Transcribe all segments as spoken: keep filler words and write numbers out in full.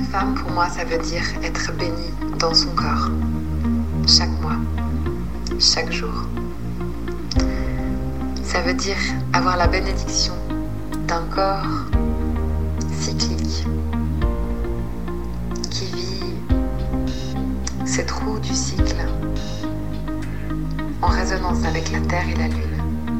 Femme, pour moi, ça veut dire être bénie dans son corps. Chaque mois, chaque jour. Ça veut dire avoir la bénédiction d'un corps cyclique qui vit ses trous du cycle en résonance avec la Terre et la Lune.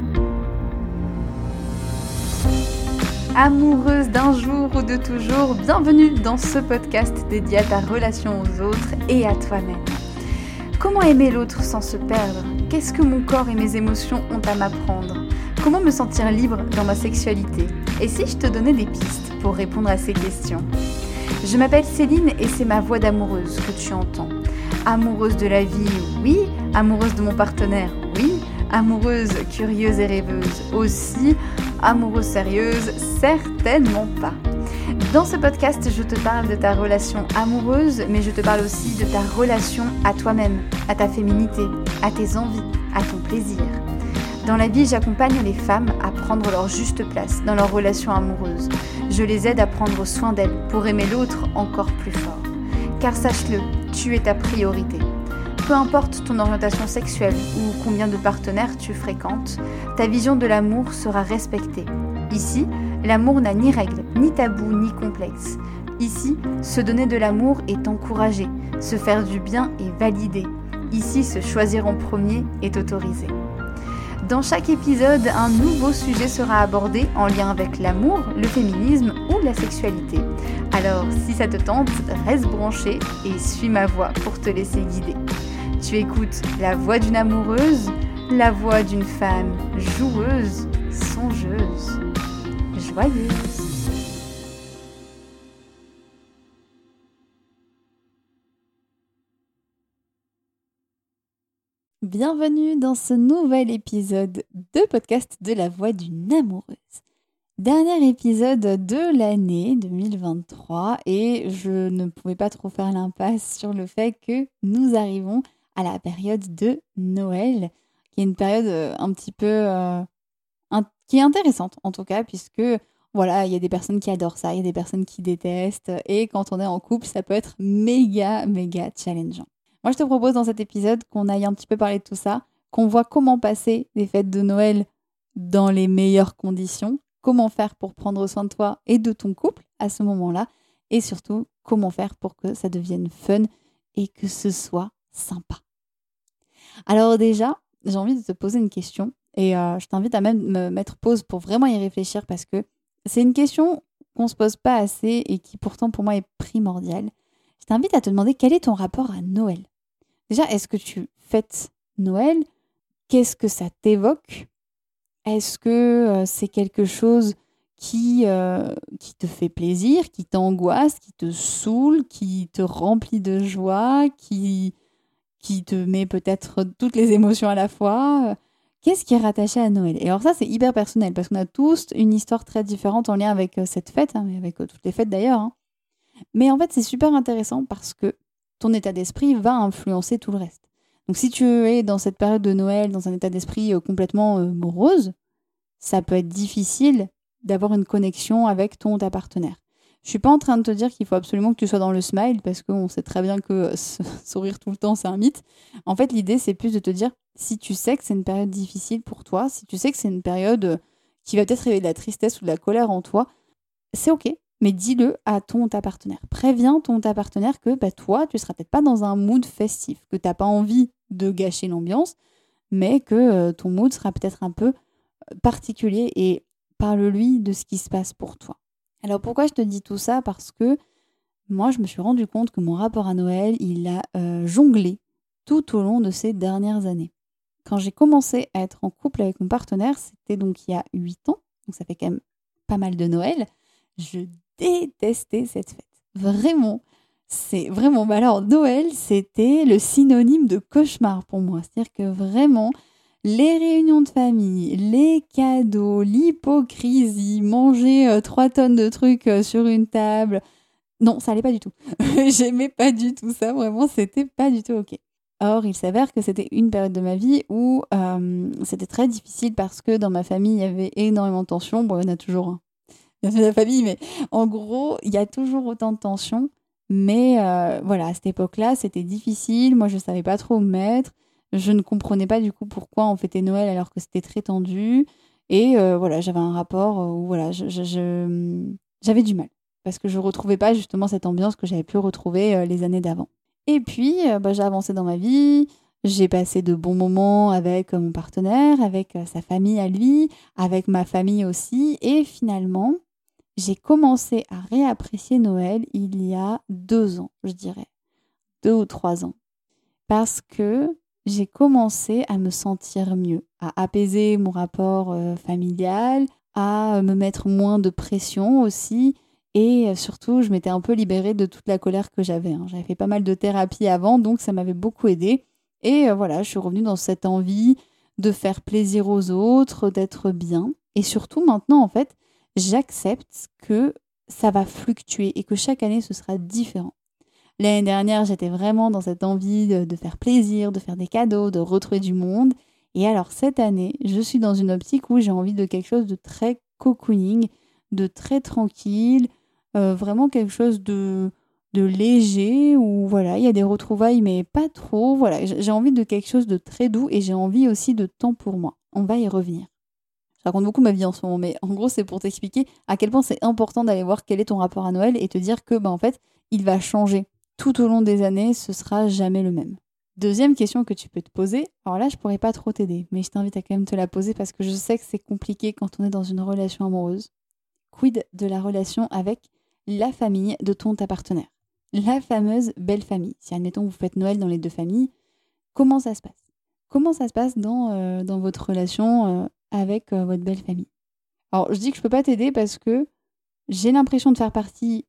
Amoureuse d'un jour ou de toujours, bienvenue dans ce podcast dédié à ta relation aux autres et à toi-même. Comment aimer l'autre sans se perdre ? Qu'est-ce que mon corps et mes émotions ont à m'apprendre ? Comment me sentir libre dans ma sexualité ? Et si je te donnais des pistes pour répondre à ces questions ? Je m'appelle Céline et c'est ma voix d'amoureuse que tu entends. Amoureuse de la vie, oui. Amoureuse de mon partenaire, oui. Amoureuse, curieuse et rêveuse aussi. Amoureuse sérieuse, certainement pas. Dans ce podcast, je te parle de ta relation amoureuse, mais je te parle aussi de ta relation à toi-même, à ta féminité, à tes envies, à ton plaisir. Dans la vie, j'accompagne les femmes à prendre leur juste place dans leur relation amoureuse. Je les aide à prendre soin d'elles pour aimer l'autre encore plus fort. Car sache-le, tu es ta priorité. Peu importe ton orientation sexuelle ou combien de partenaires tu fréquentes, ta vision de l'amour sera respectée. Ici, l'amour n'a ni règles, ni tabous, ni complexes. Ici, se donner de l'amour est encouragé, se faire du bien est validé. Ici, se choisir en premier est autorisé. Dans chaque épisode, un nouveau sujet sera abordé en lien avec l'amour, le féminisme ou la sexualité. Alors, si ça te tente, reste branché et suis ma voix pour te laisser guider. Tu écoutes la voix d'une amoureuse, la voix d'une femme joueuse, songeuse, joyeuse. Bienvenue dans ce nouvel épisode de podcast de la voix d'une amoureuse. Dernier épisode de l'année deux mille vingt-trois et je ne pouvais pas trop faire l'impasse sur le fait que nous arrivons à la période de Noël, qui est une période un petit peu euh, un, qui est intéressante en tout cas, puisque voilà, il y a des personnes qui adorent ça, il y a des personnes qui détestent, et quand on est en couple, ça peut être méga, méga challengeant. Moi, je te propose dans cet épisode qu'on aille un petit peu parler de tout ça, qu'on voit comment passer les fêtes de Noël dans les meilleures conditions, comment faire pour prendre soin de toi et de ton couple à ce moment-là, et surtout, comment faire pour que ça devienne fun et que ce soit sympa. Alors déjà, j'ai envie de te poser une question et euh, je t'invite à même me mettre pause pour vraiment y réfléchir parce que c'est une question qu'on ne se pose pas assez et qui pourtant pour moi est primordiale. Je t'invite à te demander quel est ton rapport à Noël. Déjà, est-ce que tu fêtes Noël ? Qu'est-ce que ça t'évoque ? Est-ce que euh, c'est quelque chose qui, euh, qui te fait plaisir, qui t'angoisse, qui te saoule, qui te remplit de joie, qui... qui te met peut-être toutes les émotions à la fois. Qu'est-ce qui est rattaché à Noël ? Et alors ça, c'est hyper personnel, parce qu'on a tous une histoire très différente en lien avec cette fête, hein, mais avec toutes les fêtes d'ailleurs. Hein. Mais en fait, c'est super intéressant parce que ton état d'esprit va influencer tout le reste. Donc si tu es dans cette période de Noël, dans un état d'esprit complètement euh, morose, ça peut être difficile d'avoir une connexion avec ton ou ta partenaire. Je suis pas en train de te dire qu'il faut absolument que tu sois dans le smile parce qu'on sait très bien que sourire tout le temps, c'est un mythe. En fait, l'idée, c'est plus de te dire, si tu sais que c'est une période difficile pour toi, si tu sais que c'est une période qui va peut-être réveiller de la tristesse ou de la colère en toi, c'est ok, mais dis-le à ton ou ta partenaire. Préviens ton ou ta partenaire que bah, toi, tu seras peut-être pas dans un mood festif, que tu n'as pas envie de gâcher l'ambiance, mais que euh, ton mood sera peut-être un peu particulier et parle-lui de ce qui se passe pour toi. Alors pourquoi je te dis tout ça ? Parce que moi, je me suis rendu compte que mon rapport à Noël, il a euh, jonglé tout au long de ces dernières années. Quand j'ai commencé à être en couple avec mon partenaire, c'était donc il y a huit ans, donc ça fait quand même pas mal de Noël, je détestais cette fête. Vraiment, c'est vraiment... Bah alors, Noël, c'était le synonyme de cauchemar pour moi. C'est-à-dire que vraiment... les réunions de famille, les cadeaux, l'hypocrisie, manger euh, trois tonnes de trucs euh, sur une table. Non, ça allait pas du tout. J'aimais pas du tout ça, vraiment, c'était pas du tout ok. Or, il s'avère que c'était une période de ma vie où euh, c'était très difficile parce que dans ma famille, il y avait énormément de tensions. Bon, il y en a toujours, hein. Il y a de la famille, mais en gros, il y a toujours autant de tensions Mais euh, voilà, à cette époque-là, c'était difficile. Moi, je ne savais pas trop où me mettre. Je ne comprenais pas du coup pourquoi on fêtait Noël alors que c'était très tendu. Et euh, voilà, j'avais un rapport où voilà, je, je- je- j'avais du mal. Parce que je ne retrouvais pas justement cette ambiance que j'avais pu retrouver euh, les années d'avant. Et puis, euh, bah, j'ai avancé dans ma vie. J'ai passé de bons moments avec euh, mon partenaire, avec euh, sa famille à lui, avec ma famille aussi. Et finalement, j'ai commencé à réapprécier Noël il y a deux ans, je dirais. Deux ou trois ans. Parce que j'ai commencé à me sentir mieux, à apaiser mon rapport euh, familial, à me mettre moins de pression aussi. Et euh, surtout, je m'étais un peu libérée de toute la colère que j'avais, hein. J'avais fait pas mal de thérapie avant, donc ça m'avait beaucoup aidée. Et euh, voilà, je suis revenue dans cette envie de faire plaisir aux autres, d'être bien. Et surtout maintenant, en fait, j'accepte que ça va fluctuer et que chaque année, ce sera différent. L'année dernière, j'étais vraiment dans cette envie de, de faire plaisir, de faire des cadeaux, de retrouver du monde. Et alors cette année, je suis dans une optique où j'ai envie de quelque chose de très cocooning, de très tranquille, euh, vraiment quelque chose de, de léger, où voilà, il y a des retrouvailles, mais pas trop. Voilà, j'ai envie de quelque chose de très doux et j'ai envie aussi de temps pour moi. On va y revenir. Je raconte beaucoup ma vie en ce moment, mais en gros, c'est pour t'expliquer à quel point c'est important d'aller voir quel est ton rapport à Noël et te dire que, bah, en fait, il va changer. Tout au long des années, ce sera jamais le même. Deuxième question que tu peux te poser, alors là, je pourrais pas trop t'aider, mais je t'invite à quand même te la poser parce que je sais que c'est compliqué quand on est dans une relation amoureuse. Quid de la relation avec la famille de ton ta partenaire? La fameuse belle famille. Si, admettons, vous faites Noël dans les deux familles, comment ça se passe? Comment ça se passe dans, euh, dans votre relation euh, avec euh, votre belle famille? Alors, je dis que je peux pas t'aider parce que j'ai l'impression de faire partie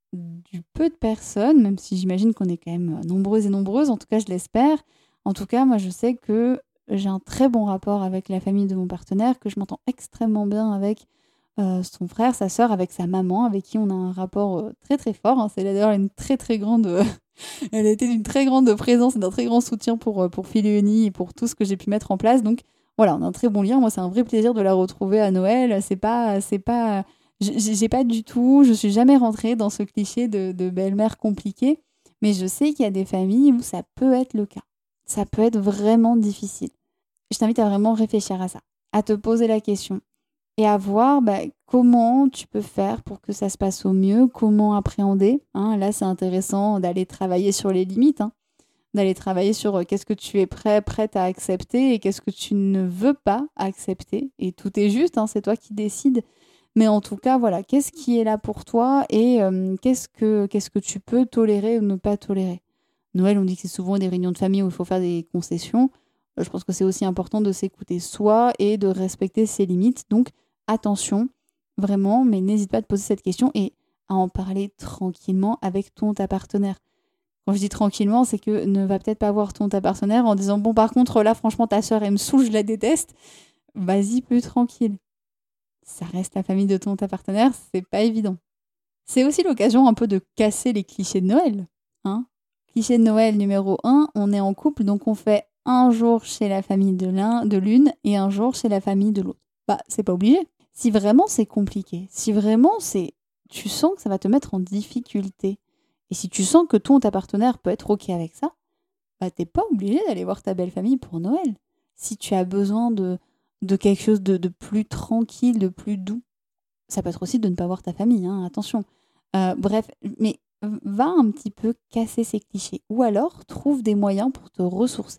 du peu de personnes, même si j'imagine qu'on est quand même nombreuses et nombreuses, en tout cas je l'espère. En tout cas, moi je sais que j'ai un très bon rapport avec la famille de mon partenaire, que je m'entends extrêmement bien avec euh, son frère, sa sœur, avec sa maman, avec qui on a un rapport euh, très très fort, hein. C'est d'ailleurs une très très grande... euh, Elle a été d'une très grande présence et d'un très grand soutien pour, euh, pour Philéonie et pour tout ce que j'ai pu mettre en place. Donc voilà, on a un très bon lien. Moi, c'est un vrai plaisir de la retrouver à Noël. C'est pas... C'est pas j'ai j'ai pas du tout... Je suis jamais rentrée dans ce cliché de, de belle-mère compliquée. Mais je sais qu'il y a des familles où ça peut être le cas. Ça peut être vraiment difficile. Je t'invite à vraiment réfléchir à ça, à te poser la question et à voir bah, comment tu peux faire pour que ça se passe au mieux, comment appréhender, hein. Là, c'est intéressant d'aller travailler sur les limites, hein, d'aller travailler sur euh, qu'est-ce que tu es prêt, prête à accepter et qu'est-ce que tu ne veux pas accepter. Et tout est juste, hein, c'est toi qui décides. Mais en tout cas, voilà, qu'est-ce qui est là pour toi et euh, qu'est-ce que, qu'est-ce que tu peux tolérer ou ne pas tolérer. Noël, on dit que c'est souvent des réunions de famille où il faut faire des concessions. Euh, Je pense que c'est aussi important de s'écouter soi et de respecter ses limites. Donc, attention, vraiment, mais n'hésite pas à te poser cette question et à en parler tranquillement avec ton ta partenaire. Quand je dis tranquillement, c'est que ne va peut-être pas voir ton ta partenaire en disant bon par contre là franchement ta sœur elle me saoule, je la déteste. Vas-y plus tranquille. Ça reste la famille de ton ta partenaire, c'est pas évident. C'est aussi l'occasion un peu de casser les clichés de Noël, hein. Cliché de Noël numéro un, on est en couple donc on fait un jour chez la famille de l'un, de l'une et un jour chez la famille de l'autre. Bah c'est pas obligé. Si vraiment c'est compliqué, si vraiment c'est, tu sens que ça va te mettre en difficulté, et si tu sens que ton ta partenaire peut être ok avec ça, bah t'es pas obligé d'aller voir ta belle famille pour Noël. Si tu as besoin de, de quelque chose de, de plus tranquille, de plus doux, ça peut être aussi de ne pas voir ta famille, hein, attention. Euh, bref, mais va un petit peu casser ces clichés, ou alors trouve des moyens pour te ressourcer.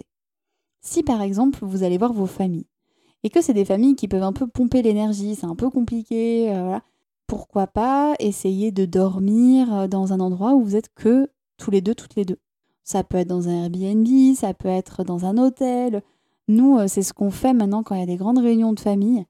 Si par exemple vous allez voir vos familles, et que c'est des familles qui peuvent un peu pomper l'énergie, c'est un peu compliqué, euh, voilà. Pourquoi pas essayer de dormir dans un endroit où vous êtes que tous les deux, toutes les deux. Ça peut être dans un Airbnb, ça peut être dans un hôtel. Nous, euh, c'est ce qu'on fait maintenant quand il y a des grandes réunions de famille.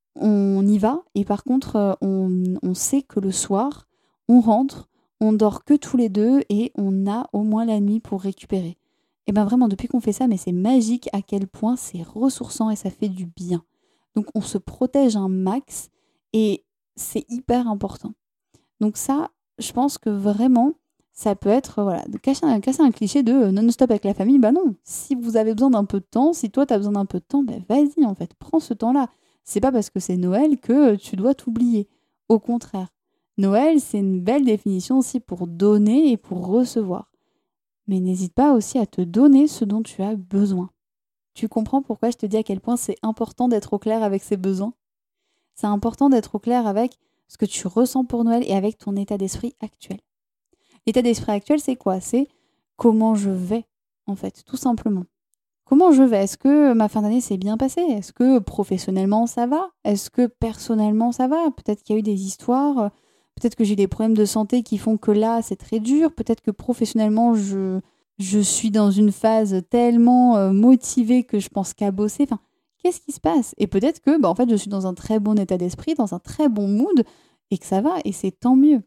On y va et par contre, euh, on, on sait que le soir, on rentre, on dort que tous les deux et on a au moins la nuit pour récupérer. Et bien vraiment, depuis qu'on fait ça, mais c'est magique à quel point c'est ressourçant et ça fait du bien. Donc on se protège un max et c'est hyper important. Donc ça, je pense que vraiment, ça peut être, voilà, de casser un, casser un cliché de non-stop avec la famille. Bah non, si vous avez besoin d'un peu de temps, si toi tu as besoin d'un peu de temps, bah vas-y en fait, prends ce temps-là. C'est pas parce que c'est Noël que tu dois t'oublier. Au contraire, Noël, c'est une belle définition aussi pour donner et pour recevoir. Mais n'hésite pas aussi à te donner ce dont tu as besoin. Tu comprends pourquoi je te dis à quel point c'est important d'être au clair avec ses besoins? C'est important d'être au clair avec ce que tu ressens pour Noël et avec ton état d'esprit actuel. L'état d'esprit actuel, c'est quoi? C'est comment je vais, en fait, tout simplement. Comment je vais? Est-ce que ma fin d'année s'est bien passée? Est-ce que professionnellement ça va? Est-ce que personnellement ça va? Peut-être qu'il y a eu des histoires, peut-être que j'ai des problèmes de santé qui font que là c'est très dur, peut-être que professionnellement je, je suis dans une phase tellement euh, motivée que je pense qu'à bosser. Enfin, qu'est-ce qui se passe? Et peut-être que bah, en fait, je suis dans un très bon état d'esprit, dans un très bon mood et que ça va et c'est tant mieux.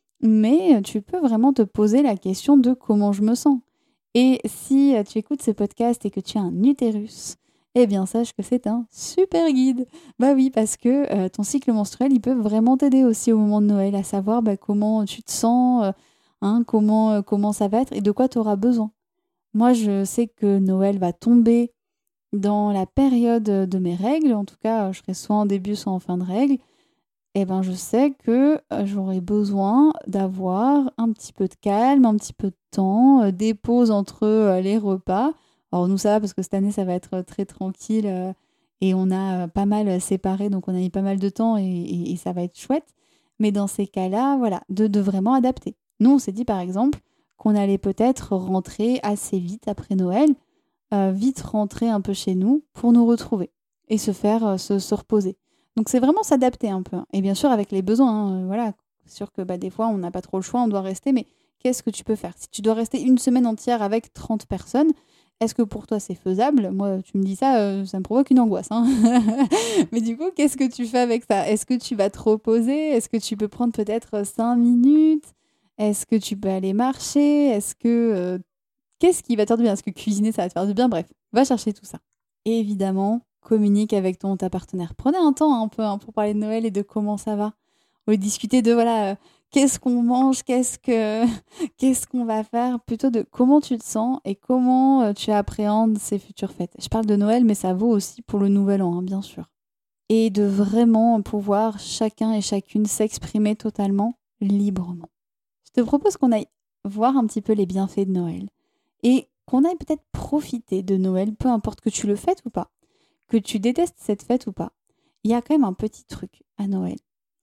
Mais tu peux vraiment te poser la question de comment je me sens. Et si tu écoutes ce podcast et que tu as un utérus, eh bien sache que c'est un super guide. Bah oui, parce que euh, ton cycle menstruel, il peut vraiment t'aider aussi au moment de Noël, à savoir bah, comment tu te sens, euh, hein, comment, euh, comment ça va être et de quoi tu auras besoin. Moi, je sais que Noël va tomber dans la période de mes règles. En tout cas, je serai soit en début, soit en fin de règles. Eh ben, je sais que euh, j'aurai besoin d'avoir un petit peu de calme, un petit peu de temps, euh, des pauses entre euh, les repas. Alors nous, ça va parce que cette année, ça va être très tranquille euh, et on a euh, pas mal séparé, donc on a mis pas mal de temps et, et- et ça va être chouette. Mais dans ces cas-là, voilà, de, de vraiment adapter. Nous, on s'est dit par exemple qu'on allait peut-être rentrer assez vite après Noël, euh, vite rentrer un peu chez nous pour nous retrouver et se faire euh, se, se reposer. Donc c'est vraiment s'adapter un peu. Et bien sûr avec les besoins, hein, euh, voilà. C'est sûr que bah, des fois on n'a pas trop le choix, on doit rester, mais qu'est-ce que tu peux faire? Si tu dois rester une semaine entière avec trente personnes, est-ce que pour toi c'est faisable? Moi, tu me dis ça, euh, ça me provoque une angoisse, hein. Mais du coup, qu'est-ce que tu fais avec ça? Est-ce que tu vas te reposer? Est-ce que tu peux prendre peut-être cinq minutes? Est-ce que tu peux aller marcher? Est-ce que euh, Qu'est-ce qui va te faire du bien? Est-ce que cuisiner, ça va te faire du bien? Bref, va chercher tout ça. Et évidemment, communique avec ton ta partenaire. Prenez un temps un peu hein, pour parler de Noël et de comment ça va. Ou discuter de voilà, euh, qu'est-ce qu'on mange, qu'est-ce que qu'est-ce qu'on va faire, plutôt de comment tu te sens et comment euh, tu appréhendes ces futures fêtes. Je parle de Noël, mais ça vaut aussi pour le Nouvel An, hein, bien sûr. Et de vraiment pouvoir chacun et chacune s'exprimer totalement librement. Je te propose qu'on aille voir un petit peu les bienfaits de Noël et qu'on aille peut-être profiter de Noël, peu importe que tu le fêtes ou pas, que tu détestes cette fête ou pas. Il y a quand même un petit truc à Noël.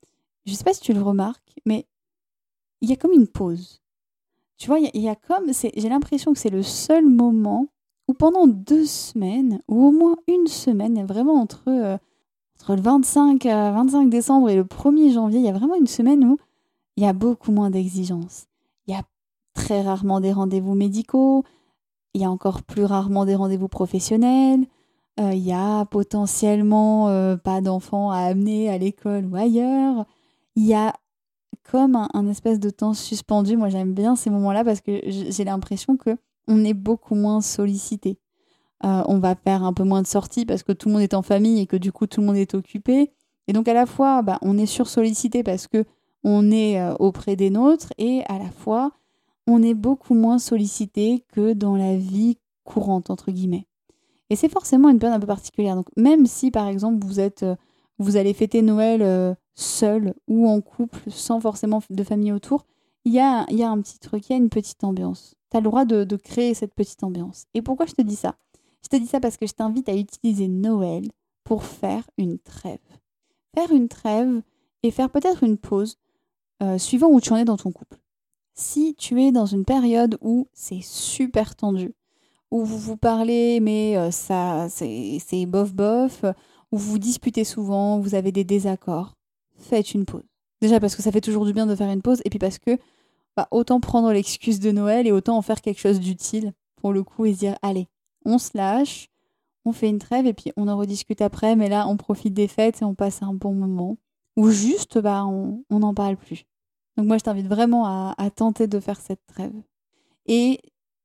Je sais pas si tu le remarques, mais il y a comme une pause. Tu vois, il y a, il y a comme, c'est, j'ai l'impression que c'est le seul moment où pendant deux semaines, ou au moins une semaine, vraiment entre, euh, entre le vingt-cinq, euh, vingt-cinq décembre et le premier janvier, il y a vraiment une semaine où il y a beaucoup moins d'exigences. Il y a très rarement des rendez-vous médicaux, il y a encore plus rarement des rendez-vous professionnels, euh, il y a potentiellement euh, pas d'enfants à amener à l'école ou ailleurs. Il y a comme un, un espèce de temps suspendu. Moi, j'aime bien ces moments-là parce que j- j'ai l'impression que on est beaucoup moins sollicité. Euh, on va faire un peu moins de sorties parce que tout le monde est en famille et que du coup tout le monde est occupé. Et donc à la fois, bah, on est sursollicité parce que on est euh, auprès des nôtres et à la fois, on est beaucoup moins sollicité que dans la vie courante, entre guillemets. Et c'est forcément une période un peu particulière. Donc même si par exemple vous êtes, euh, vous allez fêter Noël euh, seul ou en couple, sans forcément de famille autour, il y a, il y a un petit truc, il y a une petite ambiance. Tu as le droit de, de créer cette petite ambiance. Et pourquoi je te dis ça? Je te dis ça parce que je t'invite à utiliser Noël pour faire une trêve. Faire une trêve et faire peut-être une pause, euh, suivant où tu en es dans ton couple. Si tu es dans une période où c'est super tendu, où vous vous parlez, mais euh, ça, c'est, c'est bof bof, euh, où vous vous disputez souvent, vous avez des désaccords, faites une pause. Déjà parce que ça fait toujours du bien de faire une pause, et puis parce que bah, autant prendre l'excuse de Noël et autant en faire quelque chose d'utile pour le coup et se dire allez, on se lâche, on fait une trêve et puis on en rediscute après, mais là on profite des fêtes et on passe un bon moment. Ou juste bah on on n'en parle plus. Donc moi je t'invite vraiment à, à tenter de faire cette trêve. Et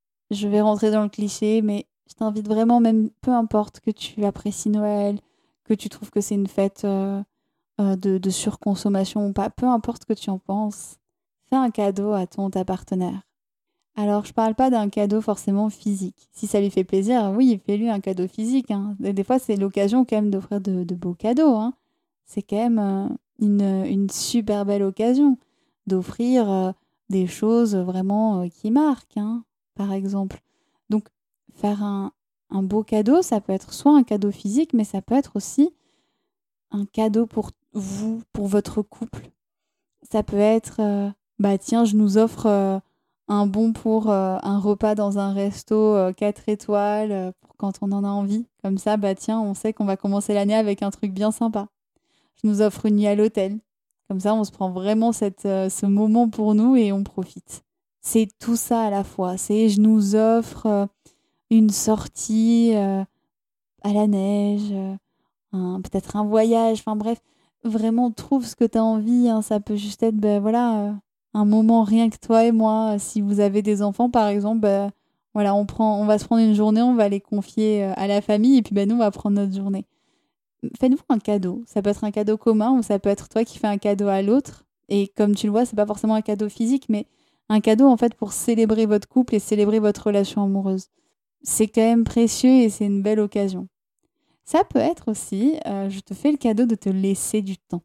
je vais rentrer dans le cliché, mais je t'invite vraiment, même peu importe que tu apprécies Noël, que tu trouves que c'est une fête euh, euh, de, de surconsommation ou pas, peu importe ce que tu en penses, fais un cadeau à ton ta partenaire. Alors, je parle pas d'un cadeau forcément physique. Si ça lui fait plaisir, oui, fais-lui un cadeau physique, hein. Des, des fois, c'est l'occasion quand même d'offrir de, de beaux cadeaux, hein. C'est quand même euh, une, une super belle occasion. d'offrir euh, des choses vraiment euh, qui marquent, hein, par exemple. Donc, faire un, un beau cadeau, ça peut être soit un cadeau physique, mais ça peut être aussi un cadeau pour vous, pour votre couple. Ça peut être, euh, bah tiens, je nous offre euh, un bon pour euh, un repas dans un resto euh, quatre étoiles euh, pour quand on en a envie. Comme ça, bah tiens, on sait qu'on va commencer l'année avec un truc bien sympa. Je nous offre une nuit à l'hôtel. Comme ça, on se prend vraiment cette, euh, ce moment pour nous et on profite. C'est tout ça à la fois. C'est je nous offre euh, une sortie euh, à la neige, euh, un- peut-être un voyage, enfin bref, vraiment trouve ce que tu as envie, hein. Ça peut juste être ben, voilà, euh, un moment rien que toi et moi. Si vous avez des enfants, par exemple, ben, voilà, on, prend, on va se prendre une journée, on va les confier euh, à la famille et puis ben, nous, on va prendre notre journée. Faites-vous un cadeau. Ça peut être un cadeau commun ou ça peut être toi qui fais un cadeau à l'autre. Et comme tu le vois, c'est pas forcément un cadeau physique, mais un cadeau en fait pour célébrer votre couple et célébrer votre relation amoureuse. C'est quand même précieux et c'est une belle occasion. Ça peut être aussi, euh, je te fais le cadeau de te laisser du temps.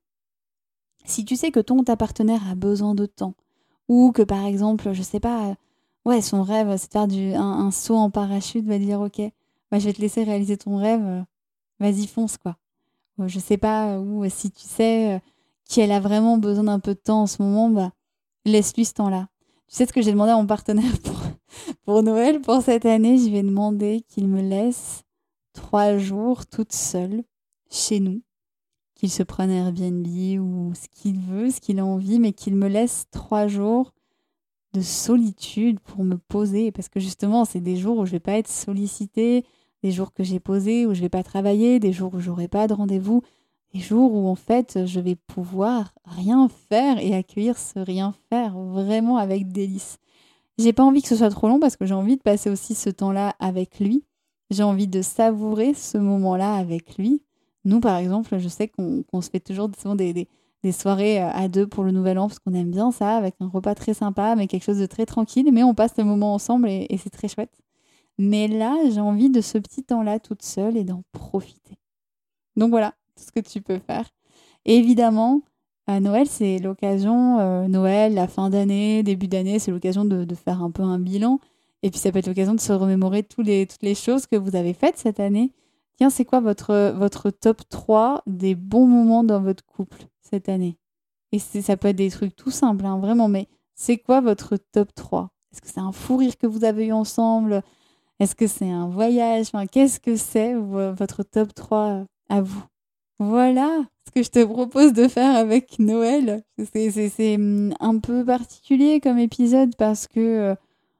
Si tu sais que ton ta partenaire a besoin de temps, ou que par exemple, je sais pas, euh, ouais, son rêve, c'est de faire du, un, un saut en parachute, va dire ok, bah, je vais te laisser réaliser ton rêve, euh, vas-y fonce quoi. Euh, Je sais pas, ou euh, si tu sais euh, qu'elle a vraiment besoin d'un peu de temps en ce moment, bah laisse-lui ce temps-là. Tu sais ce que j'ai demandé à mon partenaire pour, pour Noël, pour cette année, je lui ai demandé qu'il me laisse trois jours toute seule chez nous, qu'il se prenne Airbnb ou ce qu'il veut, ce qu'il a envie, mais qu'il me laisse trois jours de solitude pour me poser. Parce que justement, c'est des jours où je vais pas être sollicitée, des jours que j'ai posés où je vais pas travailler, des jours où j'aurai pas de rendez-vous, des jours où en fait je vais pouvoir rien faire et accueillir ce rien faire vraiment avec délice. J'ai pas envie que ce soit trop long parce que j'ai envie de passer aussi ce temps-là avec lui. J'ai envie de savourer ce moment-là avec lui. Nous, par exemple, je sais qu'on qu'on se fait toujours souvent des, des, des soirées euh, à deux pour le Nouvel An parce qu'on aime bien ça, avec un repas très sympa, mais quelque chose de très tranquille. Mais on passe le moment ensemble et, et c'est très chouette. Mais là, j'ai envie de ce petit temps-là toute seule et d'en profiter. Donc voilà, tout ce que tu peux faire. Et évidemment, à Noël, c'est l'occasion, euh, Noël, la fin d'année, début d'année, c'est l'occasion de, de faire un peu un bilan. Et puis ça peut être l'occasion de se remémorer tous les, toutes les choses que vous avez faites cette année. Tiens, c'est quoi votre, votre top trois des bons moments dans votre couple cette année? Et c'est, ça peut être des trucs tout simples, hein, vraiment, mais c'est quoi votre top trois? Est-ce que c'est un fou rire que vous avez eu ensemble? Est-ce que c'est un voyage? Enfin, qu'est-ce que c'est vo- votre top trois à vous? Voilà ce que je te propose de faire avec Noël. C'est, c'est, c'est hum, un peu particulier comme épisode parce que euh,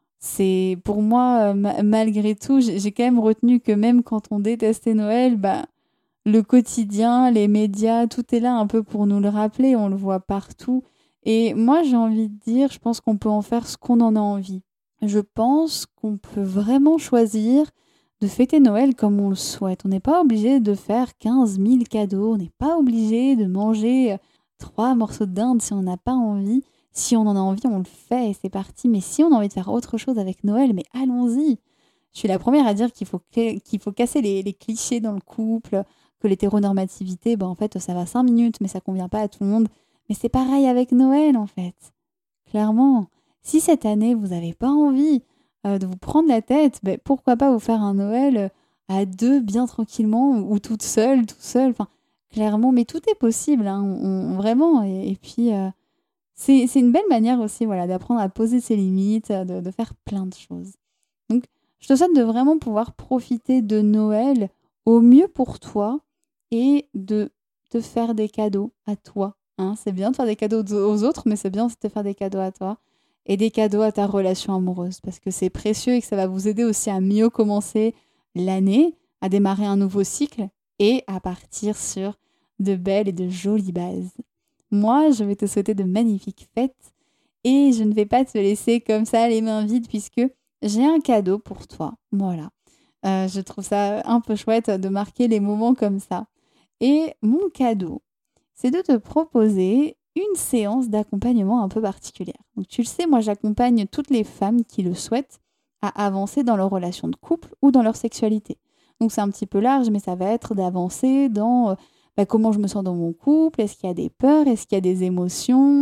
c'est pour moi, euh, ma- malgré tout, j'ai j'ai quand même retenu que même quand on détestait Noël, bah, le quotidien, les médias, tout est là un peu pour nous le rappeler, on le voit partout. Et moi, j'ai envie de dire, je pense qu'on peut en faire ce qu'on en a envie. Je pense qu'on peut vraiment choisir de fêter Noël comme on le souhaite. On n'est pas obligé de faire quinze mille cadeaux, on n'est pas obligé de manger euh, trois morceaux de dinde si on n'a pas envie. Si on en a envie, on le fait et c'est parti. Mais si on a envie de faire autre chose avec Noël, mais allons-y. Je suis la première à dire qu'il faut, qu'il faut casser les, les clichés dans le couple, que l'hétéronormativité, ben en fait, ça va cinq minutes, mais ça convient pas à tout le monde. Mais c'est pareil avec Noël, en fait. Clairement. Si cette année, vous n'avez pas envie euh, de vous prendre la tête, ben, pourquoi pas vous faire un Noël euh, à deux, bien tranquillement, ou toute seule, tout seul. Enfin, clairement, mais tout est possible, hein, on- on- vraiment. Et, et puis, euh, c'est, c'est une belle manière aussi, voilà, d'apprendre à poser ses limites, euh, de, de faire plein de choses. Donc, je te souhaite de vraiment pouvoir profiter de Noël au mieux pour toi et de te faire des cadeaux à toi. Hein. C'est bien de faire des cadeaux aux autres, mais c'est bien aussi de te faire des cadeaux à toi et des cadeaux à ta relation amoureuse parce que c'est précieux et que ça va vous aider aussi à mieux commencer l'année, à démarrer un nouveau cycle et à partir sur de belles et de jolies bases. Moi, je vais te souhaiter de magnifiques fêtes et je ne vais pas te laisser comme ça les mains vides puisque j'ai un cadeau pour toi. Voilà. Euh, je trouve ça un peu chouette de marquer les moments comme ça. Et mon cadeau, c'est de te proposer une séance d'accompagnement un peu particulière. Donc tu le sais, moi j'accompagne toutes les femmes qui le souhaitent à avancer dans leur relation de couple ou dans leur sexualité. Donc c'est un petit peu large, mais ça va être d'avancer dans euh, bah, comment je me sens dans mon couple, est-ce qu'il y a des peurs, est-ce qu'il y a des émotions, euh,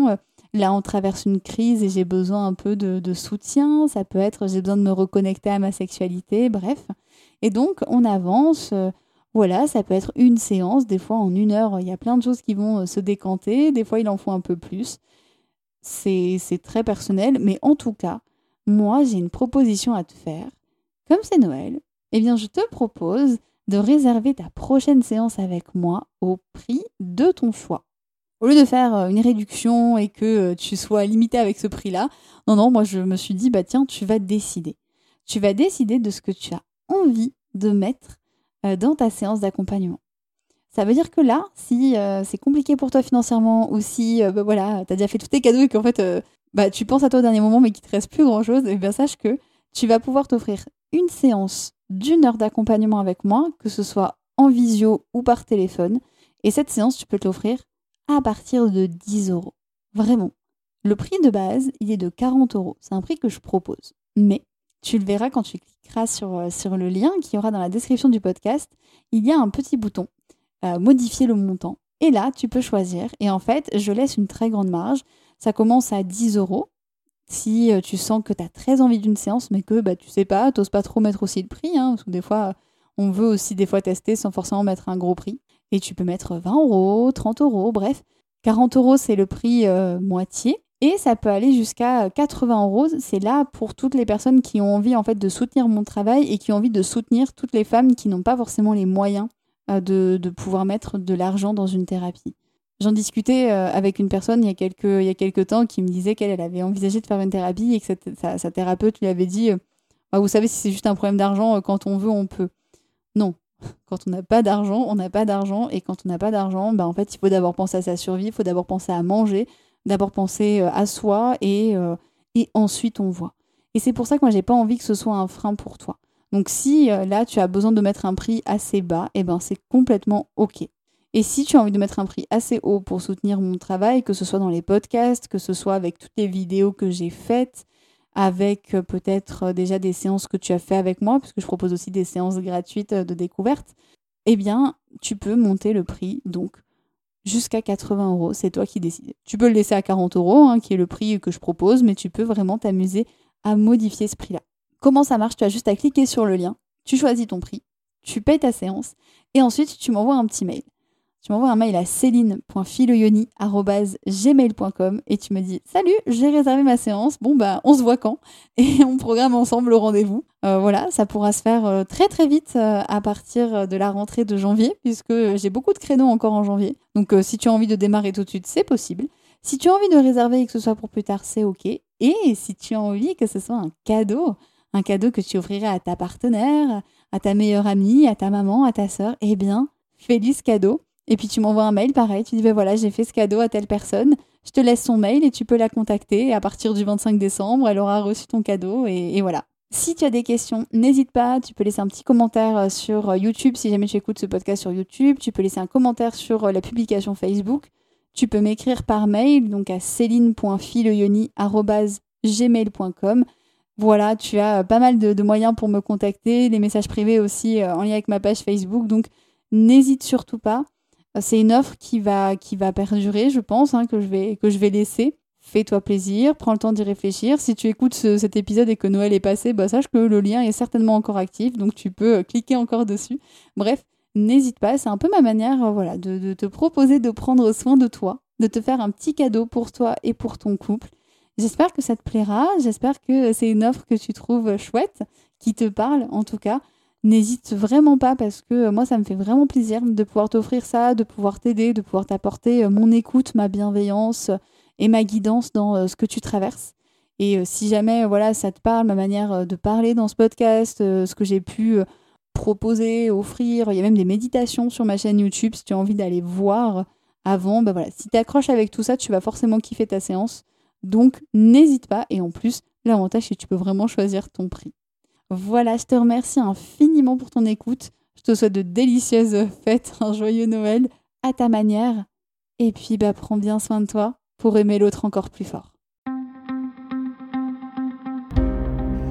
là on traverse une crise et j'ai besoin un peu de, de soutien, ça peut être j'ai besoin de me reconnecter à ma sexualité, bref. Et donc on avance, euh, voilà, ça peut être une séance, des fois en une heure, il y a plein de choses qui vont euh, se décanter, des fois il en faut un peu plus. C'est, c'est très personnel, mais en tout cas, moi j'ai une proposition à te faire. Comme c'est Noël, eh bien je te propose de réserver ta prochaine séance avec moi au prix de ton choix. Au lieu de faire une réduction et que tu sois limité avec ce prix-là, non, non, moi je me suis dit, bah tiens, tu vas décider. Tu vas décider de ce que tu as envie de mettre dans ta séance d'accompagnement. Ça veut dire que là, si euh, c'est compliqué pour toi financièrement ou si euh, bah, voilà, tu as déjà fait tous tes cadeaux et qu'en fait euh, bah, tu penses à toi au dernier moment mais qu'il te reste plus grand-chose, eh bien sache que tu vas pouvoir t'offrir une séance d'une heure d'accompagnement avec moi, que ce soit en visio ou par téléphone. Et cette séance, tu peux te l'offrir à partir de dix euros. Vraiment. Le prix de base, il est de quarante euros. C'est un prix que je propose. Mais tu le verras quand tu cliqueras sur, sur le lien qui y aura dans la description du podcast. Il y a un petit bouton, euh, modifier le montant. Et là, tu peux choisir. Et en fait, je laisse une très grande marge. Ça commence à dix euros. Si tu sens que tu as très envie d'une séance, mais que bah, tu sais pas, tu n'oses pas trop mettre aussi le prix, hein, parce que des fois, on veut aussi des fois tester sans forcément mettre un gros prix. Et tu peux mettre vingt euros, trente euros, bref. quarante euros, c'est le prix euh, moitié. Et ça peut aller jusqu'à quatre-vingts euros. C'est là pour toutes les personnes qui ont envie en fait, de soutenir mon travail et qui ont envie de soutenir toutes les femmes qui n'ont pas forcément les moyens euh, de, de pouvoir mettre de l'argent dans une thérapie. J'en discutais euh, avec une personne il y a quelques, il y a quelques temps qui me disait qu'elle elle avait envisagé de faire une thérapie et que cette, sa, sa thérapeute lui avait dit euh, bah, vous savez, si c'est juste un problème d'argent, euh, quand on veut, on peut. Non. Quand on n'a pas d'argent, on n'a pas d'argent. Et quand on n'a pas d'argent, bah, en fait, il faut d'abord penser à sa survie, il faut d'abord penser à manger, d'abord penser euh, à soi et, euh, et ensuite on voit. Et c'est pour ça que moi, j'ai pas envie que ce soit un frein pour toi. Donc si euh, là, tu as besoin de mettre un prix assez bas, eh ben, c'est complètement OK. Et si tu as envie de mettre un prix assez haut pour soutenir mon travail, que ce soit dans les podcasts, que ce soit avec toutes les vidéos que j'ai faites, avec euh, peut-être euh, déjà des séances que tu as fait avec moi, parce que je propose aussi des séances gratuites euh, de découverte, eh bien, tu peux monter le prix, donc jusqu'à quatre-vingts euros, c'est toi qui décides. Tu peux le laisser à quarante euros, hein, qui est le prix que je propose, mais tu peux vraiment t'amuser à modifier ce prix-là. Comment ça marche? Tu as juste à cliquer sur le lien, tu choisis ton prix, tu payes ta séance, et ensuite tu m'envoies un petit mail. Tu m'envoies un mail à céline point filoyoni arobase gmail point com et tu me dis « Salut, j'ai réservé ma séance, bon bah on se voit quand ?» Et on programme ensemble le rendez-vous. Euh, voilà, ça pourra se faire euh, très très vite euh, à partir de la rentrée de janvier, puisque j'ai beaucoup de créneaux encore en janvier. Donc euh, si tu as envie de démarrer tout de suite, c'est possible. Si tu as envie de réserver et que ce soit pour plus tard, c'est OK. Et si tu as envie que ce soit un cadeau, un cadeau que tu offrirais à ta partenaire, à ta meilleure amie, à ta maman, à ta sœur, eh bien, fais-lui ce cadeau. Et puis tu m'envoies un mail, pareil, tu dis ben voilà, j'ai fait ce cadeau à telle personne, je te laisse son mail et tu peux la contacter. Et à partir du vingt-cinq décembre, elle aura reçu ton cadeau et, et voilà. Si tu as des questions, n'hésite pas, tu peux laisser un petit commentaire sur YouTube si jamais tu écoutes ce podcast sur YouTube, tu peux laisser un commentaire sur la publication Facebook, tu peux m'écrire par mail, donc à céline point filoyoni arobase gmail point com. Voilà, tu as pas mal de, de moyens pour me contacter, les messages privés aussi en lien avec ma page Facebook, donc n'hésite surtout pas. C'est une offre qui va, qui va perdurer, je pense, hein, que, je vais, que je vais laisser. Fais-toi plaisir, prends le temps d'y réfléchir. Si tu écoutes ce, cet épisode et que Noël est passé, bah, sache que le lien est certainement encore actif, donc tu peux cliquer encore dessus. Bref, n'hésite pas, c'est un peu ma manière euh, voilà, de, de te proposer de prendre soin de toi, de te faire un petit cadeau pour toi et pour ton couple. J'espère que ça te plaira, j'espère que c'est une offre que tu trouves chouette, qui te parle en tout cas. N'hésite vraiment pas parce que moi, ça me fait vraiment plaisir de pouvoir t'offrir ça, de pouvoir t'aider, de pouvoir t'apporter mon écoute, ma bienveillance et ma guidance dans ce que tu traverses. Et si jamais voilà, ça te parle, ma manière de parler dans ce podcast, ce que j'ai pu proposer, offrir, il y a même des méditations sur ma chaîne YouTube si tu as envie d'aller voir avant. Bah voilà, si tu accroches avec tout ça, tu vas forcément kiffer ta séance. Donc, n'hésite pas. Et en plus, l'avantage, c'est que tu peux vraiment choisir ton prix. Voilà, je te remercie infiniment pour ton écoute. Je te souhaite de délicieuses fêtes, un joyeux Noël à ta manière. Et puis, bah, prends bien soin de toi pour aimer l'autre encore plus fort.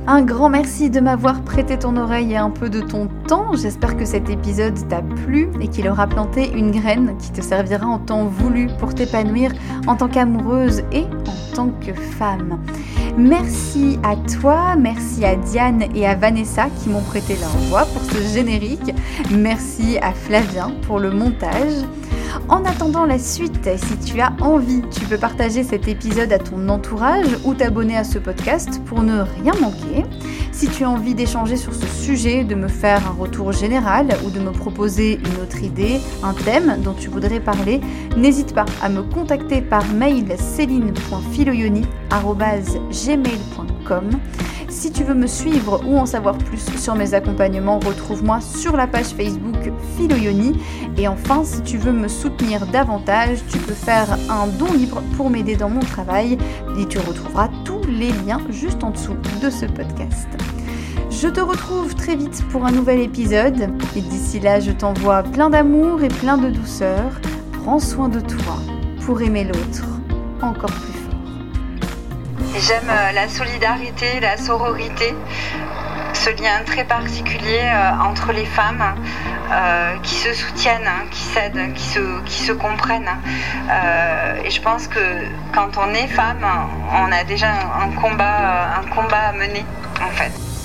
Un grand merci de m'avoir prêté ton oreille et un peu de ton temps. J'espère que cet épisode t'a plu et qu'il aura planté une graine qui te servira en temps voulu pour t'épanouir en tant qu'amoureuse et en tant que femme. Merci à toi, merci à Diane et à Vanessa qui m'ont prêté leur voix pour ce générique. Merci à Flavien pour le montage. En attendant la suite, si tu as envie, tu peux partager cet épisode à ton entourage ou t'abonner à ce podcast pour ne rien manquer. Si tu as envie d'échanger sur ce sujet, de me faire un retour général ou de me proposer une autre idée, un thème dont tu voudrais parler, n'hésite pas à me contacter par mail céline point filoyoni arobase gmail point com. Si tu veux me suivre ou en savoir plus sur mes accompagnements, retrouve-moi sur la page Facebook Filoyoni. Et enfin, si tu veux me soutenir davantage, tu peux faire un don libre pour m'aider dans mon travail et tu retrouveras tous les liens juste en dessous de ce podcast. Je te retrouve très vite pour un nouvel épisode et d'ici là, je t'envoie plein d'amour et plein de douceur. Prends soin de toi pour aimer l'autre encore plus fort. J'aime la solidarité, la sororité, ce lien très particulier entre les femmes euh, qui se soutiennent, qui s'aident, qui se, qui se comprennent. Euh, et je pense que quand on est femme, on a déjà un combat, un combat à mener en fait.